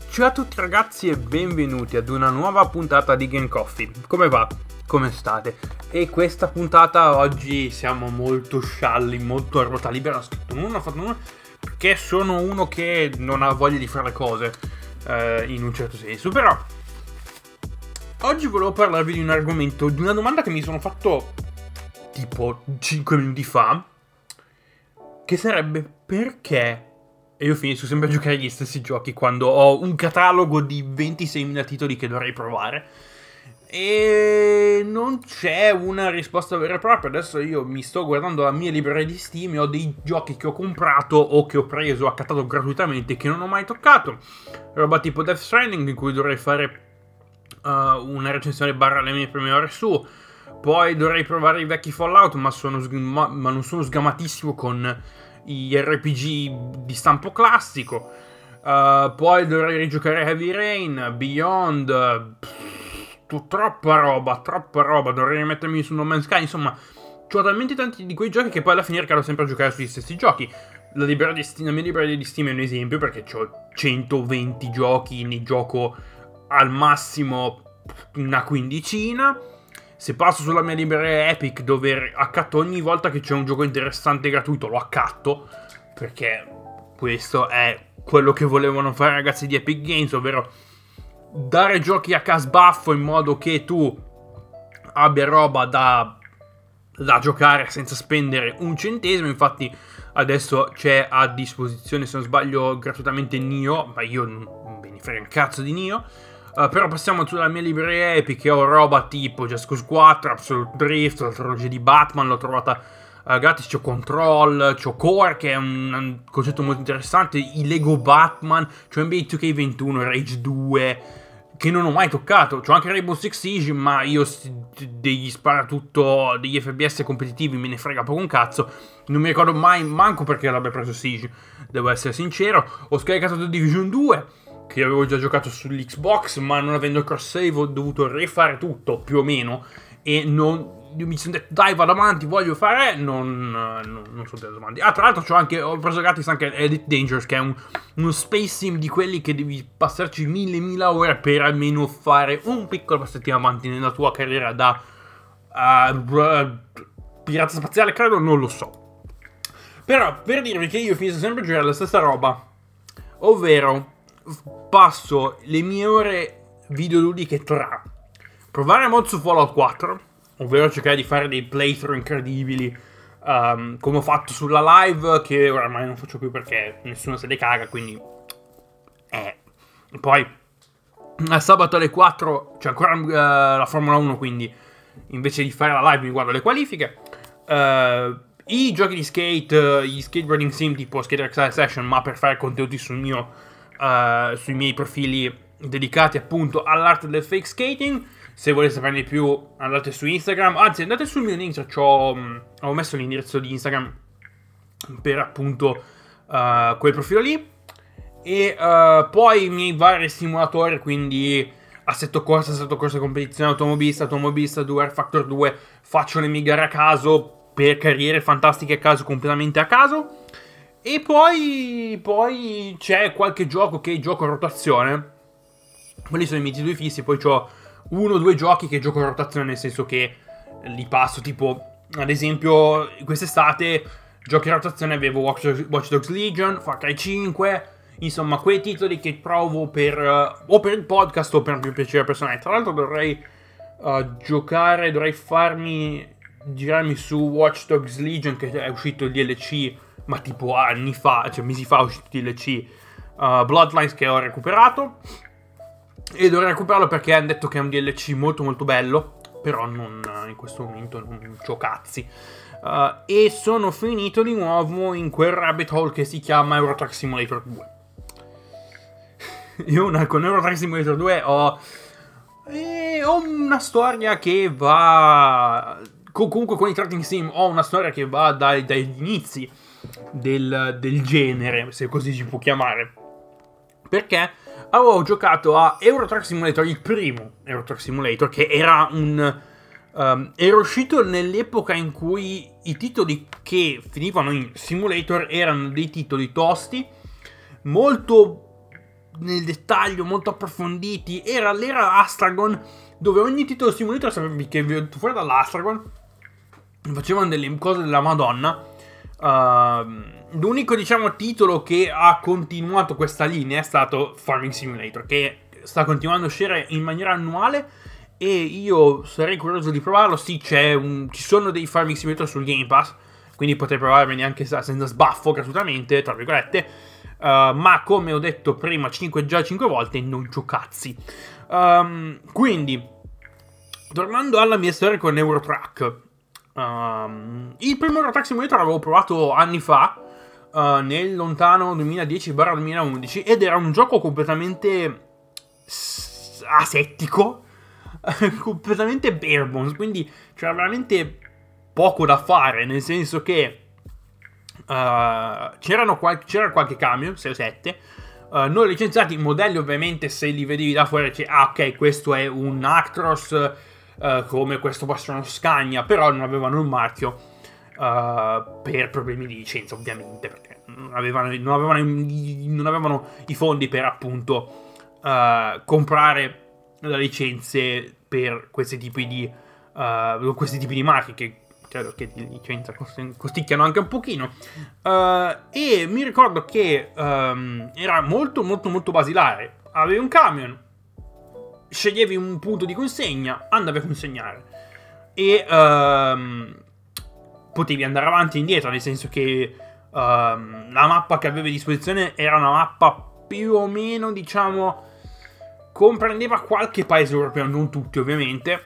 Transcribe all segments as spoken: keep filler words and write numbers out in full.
Ciao a tutti ragazzi e benvenuti ad una nuova puntata di Game Coffee. Come va? Come state? E questa puntata oggi siamo molto scialli, molto a ruota libera. Ho scritto uno, ho fatto uno, perché sono uno che non ha voglia di fare le cose, eh, in un certo senso. Però oggi volevo parlarvi di un argomento, di una domanda che mi sono fatto tipo cinque minuti fa, che sarebbe: perché e io finisco sempre a giocare gli stessi giochi quando ho un catalogo di ventiseimila titoli che dovrei provare? E non c'è una risposta vera e propria. Adesso io mi sto guardando la mia libreria di Steam e ho dei giochi che ho comprato o che ho preso, accattato gratuitamente, che non ho mai toccato. Roba tipo Death Stranding, in cui dovrei fare uh, una recensione barra le mie prime ore su. Poi dovrei provare i vecchi Fallout, ma, sono sg- ma, ma non sono sgamatissimo con gli R P G di stampo classico. Uh, poi dovrei rigiocare Heavy Rain, Beyond, pff, troppa roba, troppa roba. Dovrei rimettermi su No Man's Sky. Insomma, c'ho talmente tanti di quei giochi che poi alla fine cado sempre a giocare sugli stessi giochi. La, libreria di Steam, la mia libreria di Steam è un esempio, perché ho centoventi giochi, ne gioco al massimo una quindicina. Se passo sulla mia libreria Epic, dove accatto ogni volta che c'è un gioco interessante gratuito, lo accatto, perché questo è quello che volevano fare i ragazzi di Epic Games, ovvero dare giochi a casbaffo in modo che tu abbia roba da, da giocare senza spendere un centesimo. Infatti adesso c'è a disposizione, se non sbaglio, gratuitamente Nioh, ma io non me ne frega un cazzo di Nioh. Uh, però passiamo sulla mia libreria Epic e ho roba tipo Just Cause quattro, Absolute Drift, la trilogia di Batman, l'ho trovata uh, gratis. C'ho Control, c'ho Core, che è un, un concetto molto interessante, i Lego Batman, c'ho N B A due K ventuno, Rage due, che non ho mai toccato. C'ho anche Rainbow Six Siege, ma io degli sparatutto, degli F P S competitivi me ne frega poco un cazzo. Non mi ricordo mai manco perché l'abbia preso Siege, devo essere sincero. Ho scaricato The Division due, che avevo già giocato sull'Xbox, ma non avendo il cross save ho dovuto rifare tutto, più o meno, e non mi sono detto dai, vado avanti, voglio fare, non, non, non sono andato avanti. Ah, tra l'altro c'ho anche, ho preso gratis anche Elite Dangerous, che è un, uno space sim di quelli che devi passarci mille mila ore per almeno fare un piccolo passettino avanti nella tua carriera da uh, pirata spaziale, credo, non lo so. Però per dirvi che io finisco sempre a giocare la stessa roba, ovvero passo le mie ore videoludiche tra provare mod su Fallout quattro, ovvero cercare di fare dei playthrough incredibili, um, come ho fatto sulla live, che oramai non faccio più perché nessuno se ne caga, quindi eh. Poi a sabato alle quattro c'è ancora uh, la Formula uno, quindi invece di fare la live mi guardo le qualifiche. uh, I giochi di skate, uh, gli skateboarding sim tipo Skater Exile Session, ma per fare contenuti sul mio Uh, sui miei profili dedicati appunto all'arte del fake skating. Se volete saperne di più andate su Instagram, anzi andate sul mio link, c'ho, um, ho messo l'indirizzo di Instagram per appunto uh, quel profilo lì. E uh, poi i miei vari simulatori, quindi Assetto Corsa, Assetto Corsa Competizione, Automobilista, Automobilista due, R Factor due. Faccio le mie gare a caso per carriere fantastiche a caso, completamente a caso. E poi, poi c'è qualche gioco che gioco a rotazione. Quelli sono i miei titoli fissi. Poi c'ho uno o due giochi che gioco a rotazione, nel senso che li passo, tipo ad esempio quest'estate giochi a rotazione avevo Watch, Watch Dogs Legion, Far Cry cinque. Insomma, quei titoli che provo per uh, o per il podcast o per il mio piacere personale. Tra l'altro dovrei uh, giocare, dovrei farmi girarmi su Watch Dogs Legion, che è uscito il D L C ma tipo anni fa, cioè mesi fa è uscito il D L C uh, Bloodlines, che ho recuperato, e dovrei recuperarlo perché hanno detto che è un D L C molto molto bello, però non, in questo momento non c'ho cazzi. Uh, e sono finito di nuovo in quel rabbit hole che si chiama Euro Truck Simulator due. Io una, con Euro Truck Simulator due ho, eh, ho una storia che va, comunque con i tracking sim ho una storia che va dai, dagli inizi Del, del genere, se così si può chiamare, perché avevo giocato a Euro Truck Simulator, il primo Euro Truck Simulator, che era un um, era uscito nell'epoca in cui i titoli che finivano in simulator erano dei titoli tosti, molto nel dettaglio, molto approfonditi. Era l'era Astragon, dove ogni titolo simulator sapevi che venuto fuori dall'Astragon facevano delle cose della Madonna. Uh, l'unico, diciamo, titolo che ha continuato questa linea è stato Farming Simulator, che sta continuando a uscire in maniera annuale e io sarei curioso di provarlo. Sì, c'è un, ci sono dei Farming Simulator sul Game Pass, quindi potrei provarmeli anche senza sbaffo, gratuitamente, tra virgolette. Uh, ma come ho detto prima cinque, già cinque volte, non giocazzi. Um, quindi, tornando alla mia storia con Eurotrack, um, il primo Eurotrack Simulator l'avevo provato anni fa, uh, nel lontano duemiladieci duemilaundici, ed era un gioco completamente asettico, completamente bare bones, quindi c'era veramente poco da fare, nel senso che uh, c'erano qual- c'era qualche camion, sei o sette, uh, non licenziati. I modelli ovviamente, se li vedevi da fuori, dici, ah ok, questo è un Actros, uh, come questo può essere uno Scania, però non avevano il marchio uh, per problemi di licenza, ovviamente, perché non avevano, non avevano, i, non avevano i fondi per, appunto, Uh, comprare le licenze per questi tipi di uh, questi tipi di marchi, che credo che di licenza cost- costicchiano anche un pochino, uh, e mi ricordo che um, era molto molto molto basilare. Avevi un camion, sceglievi un punto di consegna, andavi a consegnare e um, potevi andare avanti e indietro, nel senso che um, la mappa che avevi a disposizione era una mappa più o meno, diciamo, comprendeva qualche paese europeo, non tutti ovviamente.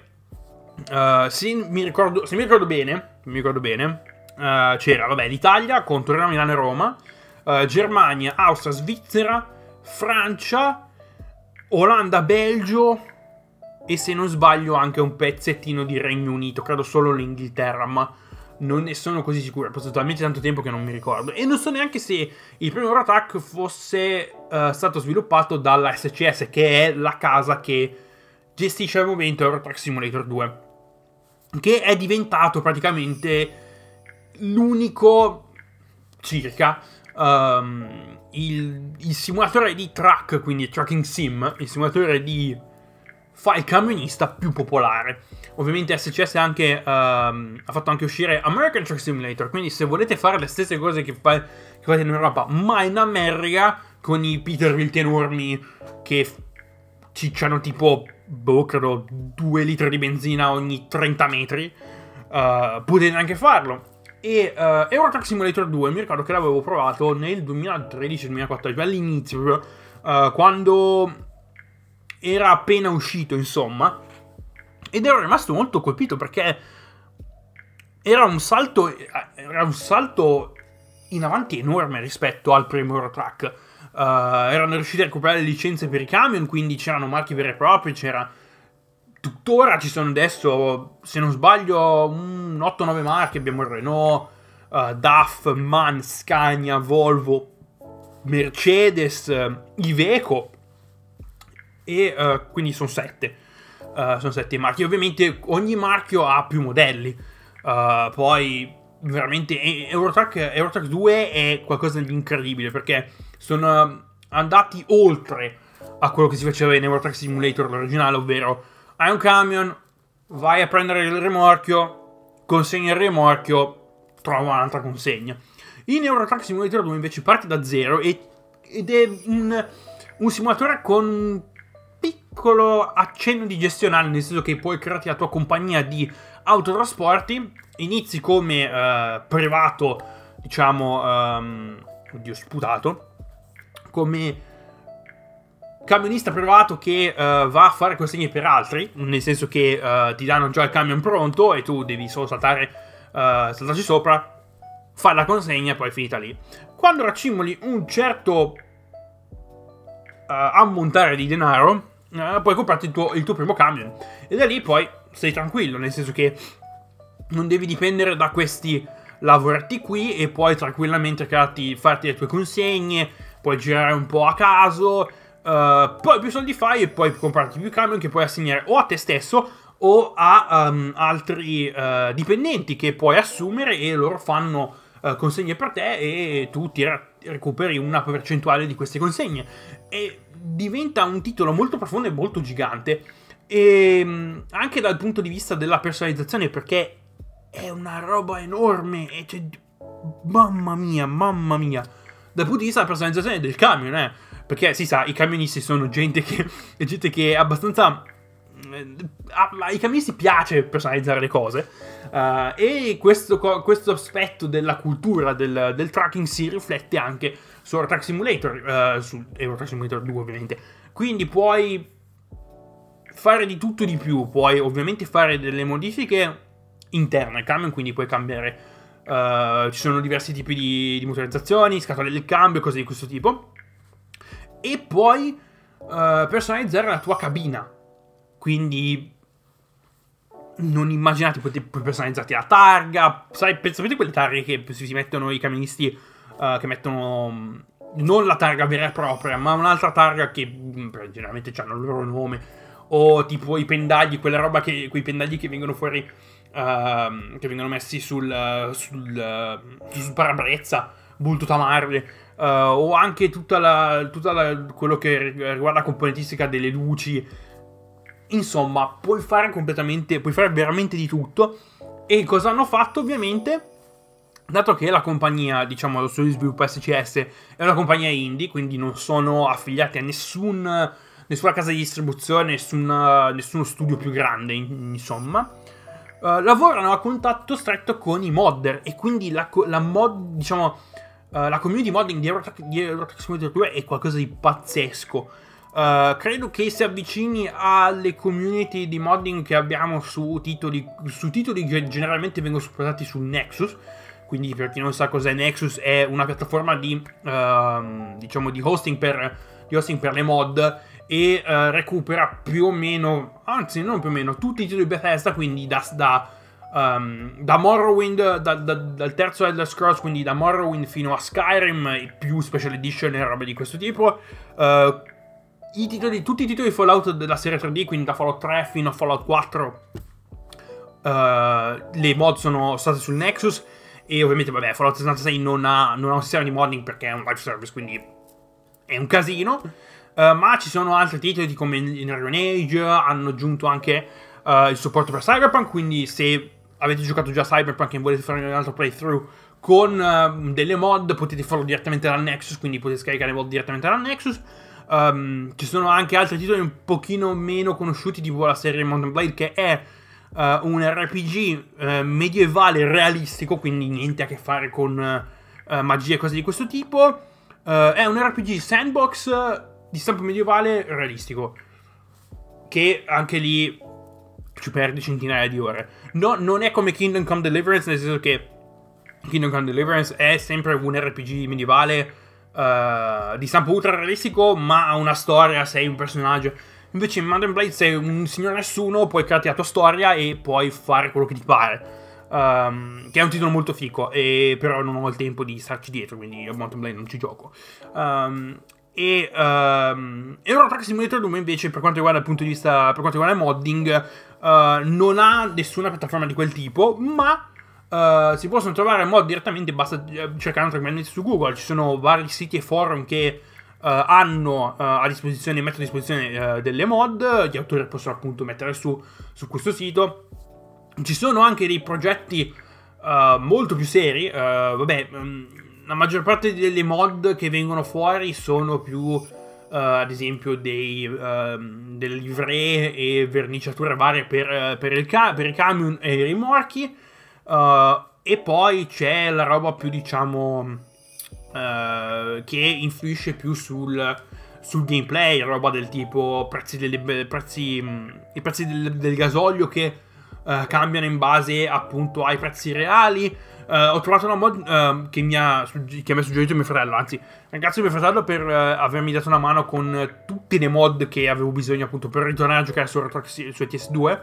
Uh, se, mi ricordo, se mi ricordo bene, mi ricordo bene, uh, c'era, vabbè, l'Italia con Torino, Milano e Roma, uh, Germania, Austria, Svizzera, Francia, Olanda, Belgio e, se non sbaglio, anche un pezzettino di Regno Unito, credo solo l'Inghilterra, ma non ne sono così sicuro, è passato talmente tanto tempo che non mi ricordo. E non so neanche se il primo Eurotrack fosse uh, stato sviluppato dalla S C S, che è la casa che gestisce al momento Eurotrack Simulator due, che è diventato praticamente l'unico, circa, um, il, il simulatore di track, quindi tracking sim, il simulatore di fa il camionista più popolare. Ovviamente S C S anche, uh, ha fatto anche uscire American Truck Simulator, quindi se volete fare le stesse cose che, fa, che fate in Europa, ma in America, con i Peterbilt enormi che f- cicciano tipo, boh, credo due litri di benzina ogni trenta metri, uh, potete anche farlo. E uh, Eurotrack Simulator due mi ricordo che l'avevo provato nel duemilatredici duemilaquattordici, all'inizio proprio, uh, quando era appena uscito, insomma, ed ero rimasto molto colpito perché era un salto era un salto in avanti enorme rispetto al primo Eurotrack. Uh, erano riusciti a recuperare le licenze per i camion, quindi c'erano marchi veri e propri, c'era tuttora, ci sono adesso, se non sbaglio, un otto nove marchi. Abbiamo il Renault, uh, D A F, MAN, Scania, Volvo, Mercedes, uh, Iveco, e uh, quindi sono sette uh, sono sette marchi. Ovviamente ogni marchio ha più modelli, uh, poi veramente Eurotrack, Eurotrack due è qualcosa di incredibile, perché sono andati oltre a quello che si faceva in Eurotrack Simulator l'originale, ovvero hai un camion, vai a prendere il rimorchio, consegni il rimorchio, trova un'altra consegna. In Eurotrack Simulator due invece parti da zero e, ed è un, un simulatore con piccolo accenno di gestionale, nel senso che puoi crearti la tua compagnia di autotrasporti, inizi come uh, privato, diciamo, um, oddio, sputato, come camionista privato che uh, va a fare consegne per altri, nel senso che uh, ti danno già il camion pronto e tu devi solo saltare, uh, saltarci sopra, fai la consegna e poi è finita lì. Quando raccimoli un certo uh, ammontare di denaro, Uh, puoi comprarti il tuo, il tuo primo camion, e da lì poi sei tranquillo, nel senso che non devi dipendere da questi lavoretti qui e puoi tranquillamente crearti, farti le tue consegne, puoi girare un po' a caso, uh, poi più soldi fai e puoi comprarti più camion che puoi assegnare o a te stesso o a um, altri uh, dipendenti che puoi assumere, e loro fanno uh, consegne per te e tu ti recuperi una percentuale di queste consegne. E diventa un titolo molto profondo e molto gigante, e anche dal punto di vista della personalizzazione, perché è una roba enorme e c'è, mamma mia, mamma mia, dal punto di vista della personalizzazione del camion, eh, perché si sa, i camionisti sono gente che è gente che è abbastanza eh, ai camionisti piace personalizzare le cose, uh, e questo, questo aspetto della cultura del, del trucking si riflette anche su Euro Truck Simulator, uh, su Euro Truck Simulator due ovviamente. Quindi puoi fare di tutto di più, puoi ovviamente fare delle modifiche interne al camion, quindi puoi cambiare, uh, ci sono diversi tipi di, di motorizzazioni, scatole del cambio, cose di questo tipo, e puoi uh, personalizzare la tua cabina, quindi non immaginate, puoi personalizzarti la targa, sai, sapete quelle targhe che si mettono i camionisti, uh, che mettono non la targa vera e propria, ma un'altra targa che generalmente hanno il loro nome, o tipo i pendagli, quella roba che, quei pendagli che vengono fuori, uh, che vengono messi sul, uh, sul, uh, sul parabrezza, molto tamarre, uh, o anche tutta la, tutta la, quello che riguarda la componentistica delle luci. Insomma, puoi fare completamente, puoi fare veramente di tutto. E cosa hanno fatto, ovviamente? Dato che la compagnia, diciamo, lo studio di sviluppo S C S è una compagnia indie, quindi non sono affiliati a nessun, nessuna casa di distribuzione, nessuna, nessuno studio più grande, insomma, uh, lavorano a contatto stretto con i modder, e quindi la, la mod, diciamo, uh, la community modding di Euro Truck Simulator due è qualcosa di pazzesco. Uh, credo che si avvicini alle community di modding che abbiamo su titoli, su titoli che generalmente vengono supportati sul Nexus. Quindi, per chi non sa cos'è Nexus, è una piattaforma di, uh, diciamo, di hosting per, di hosting per le mod, e uh, recupera più o meno, anzi non più o meno, tutti i titoli Bethesda, quindi da, da, um, da Morrowind, da, da, dal terzo Elder Scrolls, quindi da Morrowind fino a Skyrim, più Special Edition e robe di questo tipo. Uh, i titoli, tutti i titoli Fallout della serie tre D, quindi da Fallout tre fino a Fallout quattro, uh, le mod sono state sul Nexus. E ovviamente, vabbè, Fallout sessantasei non ha, non ha un sistema di modding perché è un live service, quindi è un casino. Uh, ma ci sono altri titoli come Iron Age, hanno aggiunto anche uh, il supporto per Cyberpunk, quindi se avete giocato già Cyberpunk e volete fare un altro playthrough con uh, delle mod, potete farlo direttamente dal Nexus, quindi potete scaricare le mod direttamente dal Nexus. Um, ci sono anche altri titoli un pochino meno conosciuti, tipo la serie Mount and Blade, che è Uh, un R P G uh, medievale realistico, quindi niente a che fare con uh, magia e cose di questo tipo. Uh, è un R P G sandbox uh, di stampo medievale realistico, che anche lì ci perdi centinaia di ore. No, non è come Kingdom Come Deliverance, nel senso che Kingdom Come Deliverance è sempre un R P G medievale uh, di stampo ultra realistico, ma ha una storia, sei un personaggio. Invece in Mount and Blade sei un signor nessuno, puoi crearti la tua storia e puoi fare quello che ti pare. Um, che è un titolo molto fico, e però non ho il tempo di starci dietro, quindi a Mount and Blade non ci gioco. Um, e um, Euro Truck Simulator due invece, per quanto riguarda il punto di vista, per quanto riguarda il modding, uh, non ha nessuna piattaforma di quel tipo, ma uh, si possono trovare mod direttamente, basta cercare tranquillamente su Google. Ci sono vari siti e forum che Uh, hanno uh, a disposizione, mettono a disposizione uh, delle mod, gli autori possono appunto mettere su, su questo sito. Ci sono anche dei progetti uh, molto più seri, uh, vabbè, um, la maggior parte delle mod che vengono fuori sono più, uh, ad esempio, dei, uh, delle livree e verniciature varie per, uh, per, il ca- per i camion e i rimorchi, uh, e poi c'è la roba più, diciamo, Uh, che influisce più sul, sul gameplay, roba del tipo prezzi delle, prezzi, i prezzi del, del gasolio che uh, cambiano in base appunto ai prezzi reali. Uh, ho trovato una mod uh, che, mi ha, che mi ha suggerito mio fratello, anzi ringrazio mio fratello per uh, avermi dato una mano con tutte le mod che avevo bisogno appunto per ritornare a giocare su Euro Truck su E T S due.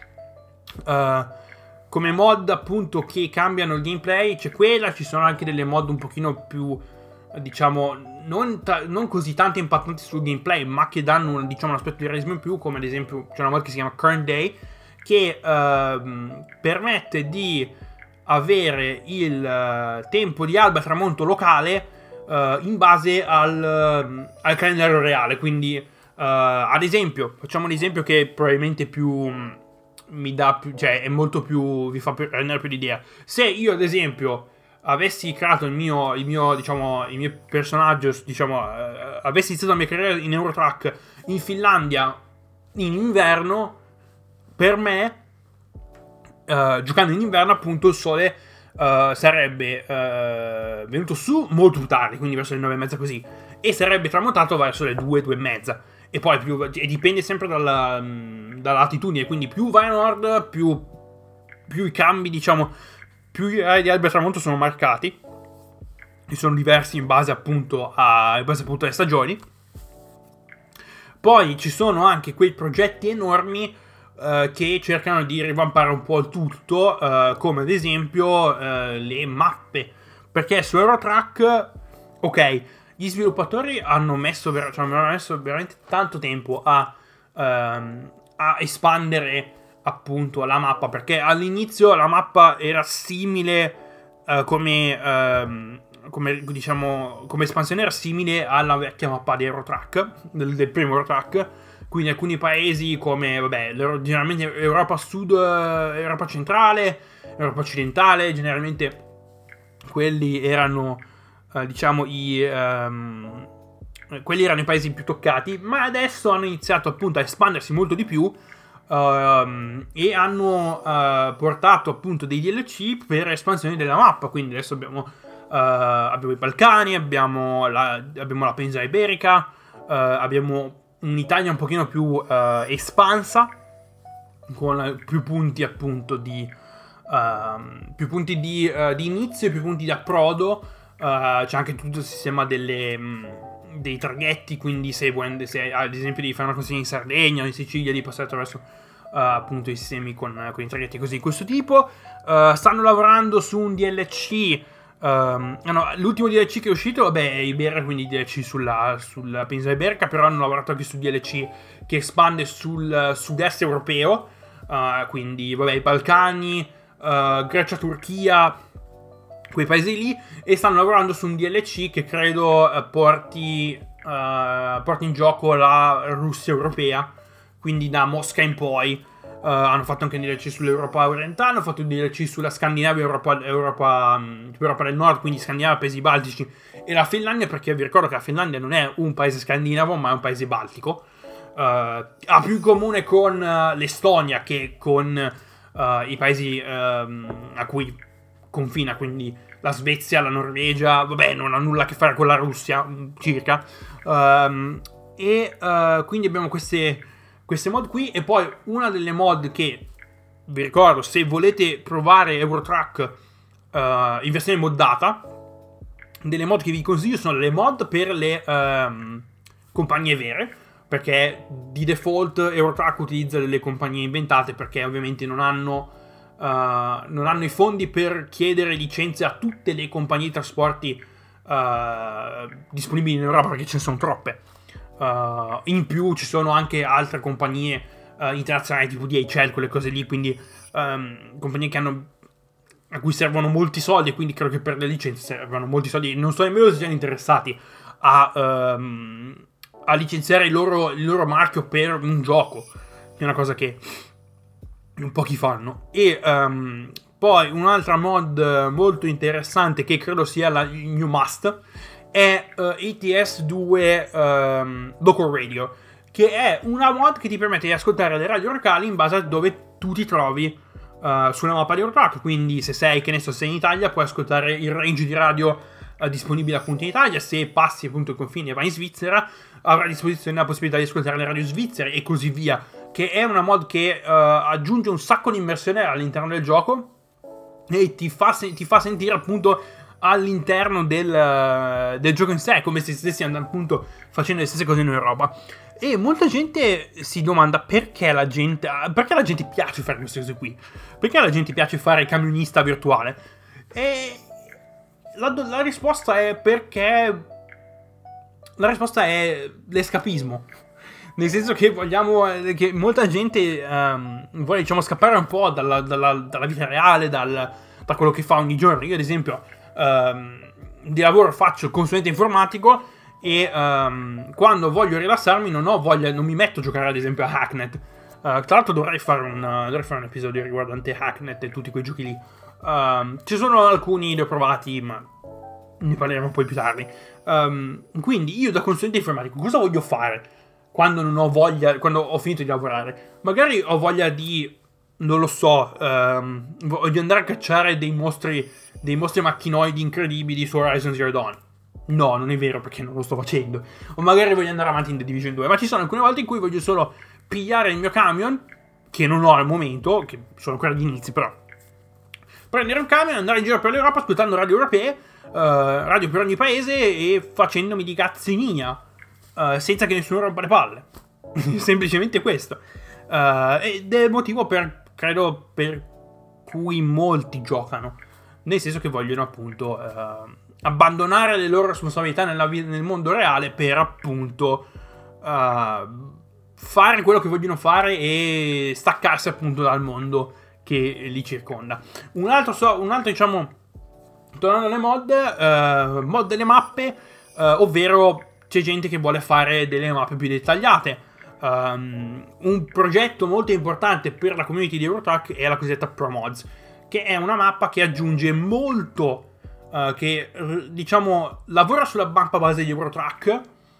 Uh, come mod appunto che cambiano il gameplay c'è quella, ci sono anche delle mod un pochino più, diciamo, non, ta- non così tanto impattanti sul gameplay, ma che danno, diciamo, un aspetto di realismo in più, come ad esempio c'è una mod che si chiama Current Day, che uh, permette di avere il uh, tempo di alba e tramonto locale uh, in base al, uh, al calendario reale. Quindi, uh, ad esempio, facciamo un esempio che probabilmente più um, mi dà più, cioè è molto più, vi fa più, rendere più l'idea. Se io, ad esempio, avessi creato il mio, il mio, diciamo, il mio personaggio, diciamo, uh, avessi iniziato la mia carriera in Eurotrack in Finlandia in inverno, per me, uh, giocando in inverno, appunto, il sole uh, sarebbe uh, venuto su molto tardi, quindi verso le nove e mezza così, e sarebbe tramontato verso le due, due e mezza. E poi più, e dipende sempre dalla, dalla latitudine, quindi più vai a nord, più, più i cambi, diciamo, più gli orari di alba e tramonto sono marcati, e sono diversi in base appunto a, in base appunto alle stagioni. Poi ci sono anche quei progetti enormi uh, che cercano di rivampare un po' il tutto, uh, come ad esempio uh, le mappe, perché su Eurotrack, ok, gli sviluppatori hanno messo, ver- cioè, hanno messo veramente tanto tempo a, um, a espandere appunto la mappa, perché all'inizio la mappa era simile uh, come, um, come diciamo come espansione, era simile alla vecchia mappa di Eurotrack, del, del primo Eurotrack. Quindi alcuni paesi come, vabbè, generalmente Europa Sud, Europa Centrale, Europa Occidentale, generalmente quelli erano uh, diciamo i um, quelli erano i paesi più toccati, ma adesso hanno iniziato appunto a espandersi molto di più. Uh, e hanno uh, portato appunto dei D L C per espansioni della mappa. Quindi adesso abbiamo, uh, abbiamo i Balcani, abbiamo la, abbiamo la penisola iberica, uh, abbiamo un'Italia un pochino più uh, espansa, con più punti appunto di uh, più punti di, uh, di inizio e più punti di approdo. Uh, c'è anche tutto il sistema delle mh, dei traghetti, quindi se, se ad esempio devi fare una consegna in Sardegna o in Sicilia, devi passare attraverso uh, appunto i sistemi con, con i traghetti così di questo tipo. Uh, stanno lavorando su un D L C, um, no, l'ultimo D L C che è uscito, vabbè, è Iberia, quindi D L C sulla, sulla penisola iberica, però hanno lavorato anche su D L C che espande sul sud-est europeo, uh, quindi vabbè, i Balcani, uh, Grecia, Turchia, quei paesi lì, e stanno lavorando su un D L C che credo uh, porti, uh, porti in gioco la Russia europea, quindi da Mosca in poi. Uh, hanno fatto anche un D L C sull'Europa orientale, hanno fatto un D L C sulla Scandinavia, Europa, Europa, um, Europa del Nord, quindi Scandinavia, paesi baltici, e la Finlandia, perché vi ricordo che la Finlandia non è un paese scandinavo, ma è un paese baltico. Uh, ha più in comune con uh, l'Estonia che con uh, i paesi uh, a cui confina, quindi la Svezia, la Norvegia, vabbè, non ha nulla a che fare con la Russia, circa. Um, e uh, quindi abbiamo queste, queste mod qui. E poi una delle mod che, vi ricordo, se volete provare Eurotrack uh, in versione moddata, delle mod che vi consiglio sono le mod per le um, compagnie vere, perché di default Eurotrack utilizza delle compagnie inventate, perché ovviamente non hanno Uh, non hanno i fondi per chiedere licenze a tutte le compagnie di trasporti uh, disponibili in Europa, perché ce ne sono troppe. Uh, in più ci sono anche altre compagnie uh, internazionali tipo D H L, quelle cose lì, quindi um, compagnie che hanno, a cui servono molti soldi, e quindi credo che per le licenze servano molti soldi. Non so nemmeno se siano interessati a, um, a licenziare il loro, il loro marchio per un gioco, che è una cosa che un po' chi fanno. E um, poi un'altra mod molto interessante, che credo sia la, il new must, è uh, A T S due um, Local Radio, che è una mod che ti permette di ascoltare le radio locali in base a dove tu ti trovi uh, sulla mappa di Eurotrack. Quindi se sei, che ne so, sei in Italia, puoi ascoltare il range di radio uh, disponibile appunto in Italia. Se passi appunto il confine e vai in Svizzera, avrai a disposizione la possibilità di ascoltare le radio svizzere, e così via. Che è una mod che uh, aggiunge un sacco di immersione all'interno del gioco e ti fa, se- ti fa sentire appunto all'interno del, uh, del gioco in sé, come se stessi andando appunto facendo le stesse cose in Europa. E molta gente si domanda perché la gente perché la gente piace fare queste cose qui, perché la gente piace fare il camionista virtuale. E la, la risposta è perché la risposta è l'escapismo. Nel senso che vogliamo, che molta gente um, vuole, diciamo, scappare un po' dalla, dalla, dalla vita reale, dal, da quello che fa ogni giorno. Io ad esempio ehm, di lavoro faccio il consulente informatico e um, quando voglio rilassarmi non ho voglia, non mi metto a giocare ad esempio a Hacknet. Uh, tra l'altro dovrei fare, un, uh, dovrei fare un episodio riguardante Hacknet e tutti quei giochi lì. Um, ci sono alcuni, li ho provati, ma ne parleremo poi più tardi. Um, quindi io da consulente informatico cosa voglio fare quando non ho voglia, quando ho finito di lavorare? Magari ho voglia di, non lo so, um, voglio andare a cacciare dei mostri, dei mostri macchinoidi incredibili su Horizon Zero Dawn. No, non è vero perché non lo sto facendo. O magari voglio andare avanti in The Division due. Ma ci sono alcune volte in cui voglio solo pigliare il mio camion, che non ho al momento, che sono ancora agli inizi però. Prendere un camion, andare in giro per l'Europa ascoltando radio europee, uh, radio per ogni paese e facendomi di cazzi mia. Uh, senza che nessuno rompa le palle. Semplicemente questo. Uh, ed è il motivo per, credo, per cui molti giocano. Nel senso che vogliono appunto... Uh, abbandonare le loro responsabilità nella vita, nel mondo reale per appunto uh, fare quello che vogliono fare e staccarsi appunto dal mondo che li circonda. Un altro, so, un altro diciamo, tornando alle mod, uh, mod delle mappe, uh, ovvero c'è gente che vuole fare delle mappe più dettagliate. Um, un progetto molto importante per la community di Eurotruck è la cosiddetta Pro Mods, che è una mappa che aggiunge molto Uh, che diciamo lavora sulla mappa base di Eurotruck,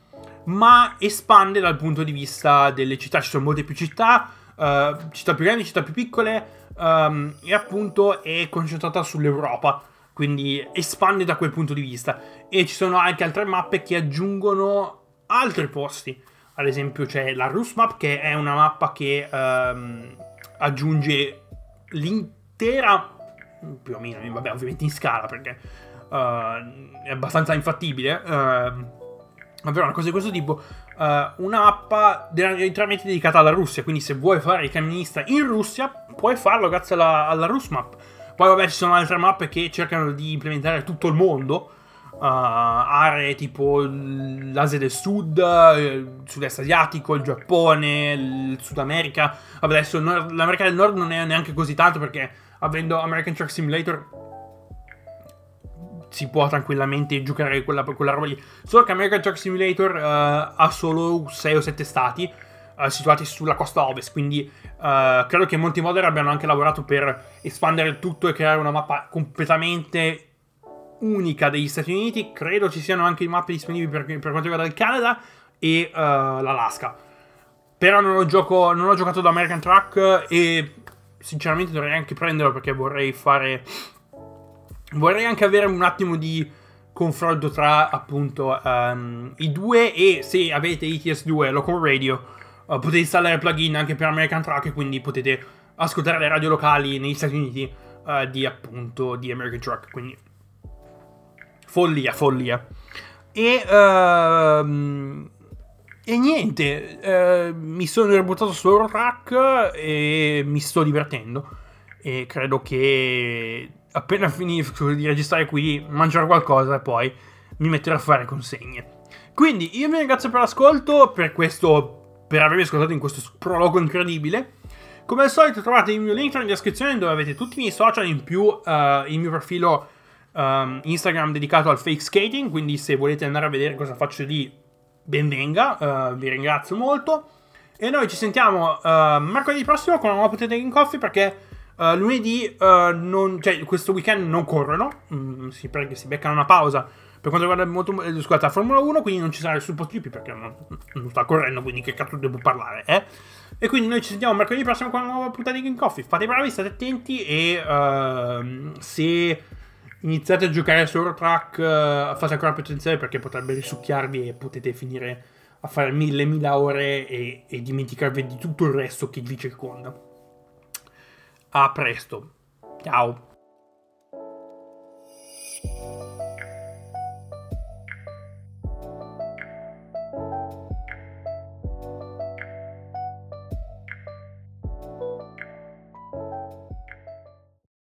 ma espande dal punto di vista delle città. Ci sono molte più città, uh, città più grandi, città più piccole, um, e appunto è concentrata sull'Europa, quindi espande da quel punto di vista. E ci sono anche altre mappe che aggiungono altri posti. Ad esempio c'è la Rus Map, che è una mappa che um, aggiunge l'intera, più o meno, vabbè, ovviamente in scala perché uh, è abbastanza infattibile, uh, ovvero una cosa di questo tipo, uh, una mappa interamente dedicata alla Russia. Quindi se vuoi fare il camionista in Russia puoi farlo grazie alla, alla Rus Map. Poi vabbè, ci sono altre mappe che cercano di implementare tutto il mondo, uh, aree tipo l'Asia del Sud, il Sud-Est asiatico, il Giappone, il Sud America. Vabbè, adesso l'America del Nord non è neanche così tanto perché avendo American Truck Simulator si può tranquillamente giocare quella, quella roba lì. Solo che American Truck Simulator uh, ha solo sei o sette stati uh, situati sulla costa ovest. Quindi uh, credo che molti modder abbiano anche lavorato per espandere il tutto e creare una mappa completamente unica degli Stati Uniti. Credo ci siano anche mappe disponibili per, per quanto riguarda il Canada e uh, l'Alaska. Però non ho, gioco, non ho giocato da American Truck e sinceramente dovrei anche prenderlo perché vorrei fare... Vorrei anche avere un attimo di confronto tra appunto um, i due. E se avete I T S due Local Radio uh, potete installare plugin anche per American Truck e quindi potete ascoltare le radio locali negli Stati Uniti uh, di appunto di American Truck. Quindi follia, follia. E... Uh, E niente, eh, mi sono ributtato su Eurotruck e mi sto divertendo. E credo che appena finisco di registrare qui mangerò qualcosa e poi mi metterò a fare consegne. Quindi io vi ringrazio per l'ascolto, per questo, per avermi ascoltato in questo prologo incredibile. Come al solito trovate il mio link in descrizione dove avete tutti i miei social, in più uh, il mio profilo um, Instagram dedicato al fake skating. Quindi se volete andare a vedere cosa faccio lì, ben venga, uh, vi ringrazio molto. E noi ci sentiamo uh, mercoledì prossimo con una nuova puntata di Game Coffee, perché uh, lunedì uh, non, cioè questo weekend non corrono, mm, si, perché si beccano una pausa per quanto riguarda molto, scusate, la Formula uno, quindi non ci sarà il SuperGP perché non, non sta correndo, quindi che cazzo devo parlare, eh? E quindi noi ci sentiamo mercoledì prossimo con una nuova puntata di Game Coffee. Fate i bravi, state attenti e uh, se iniziate a giocare su Eurotruck uh, fate ancora più attenzione perché potrebbe risucchiarvi e potete finire a fare mille mila ore e, e dimenticarvi di tutto il resto che vi circonda. A presto, ciao.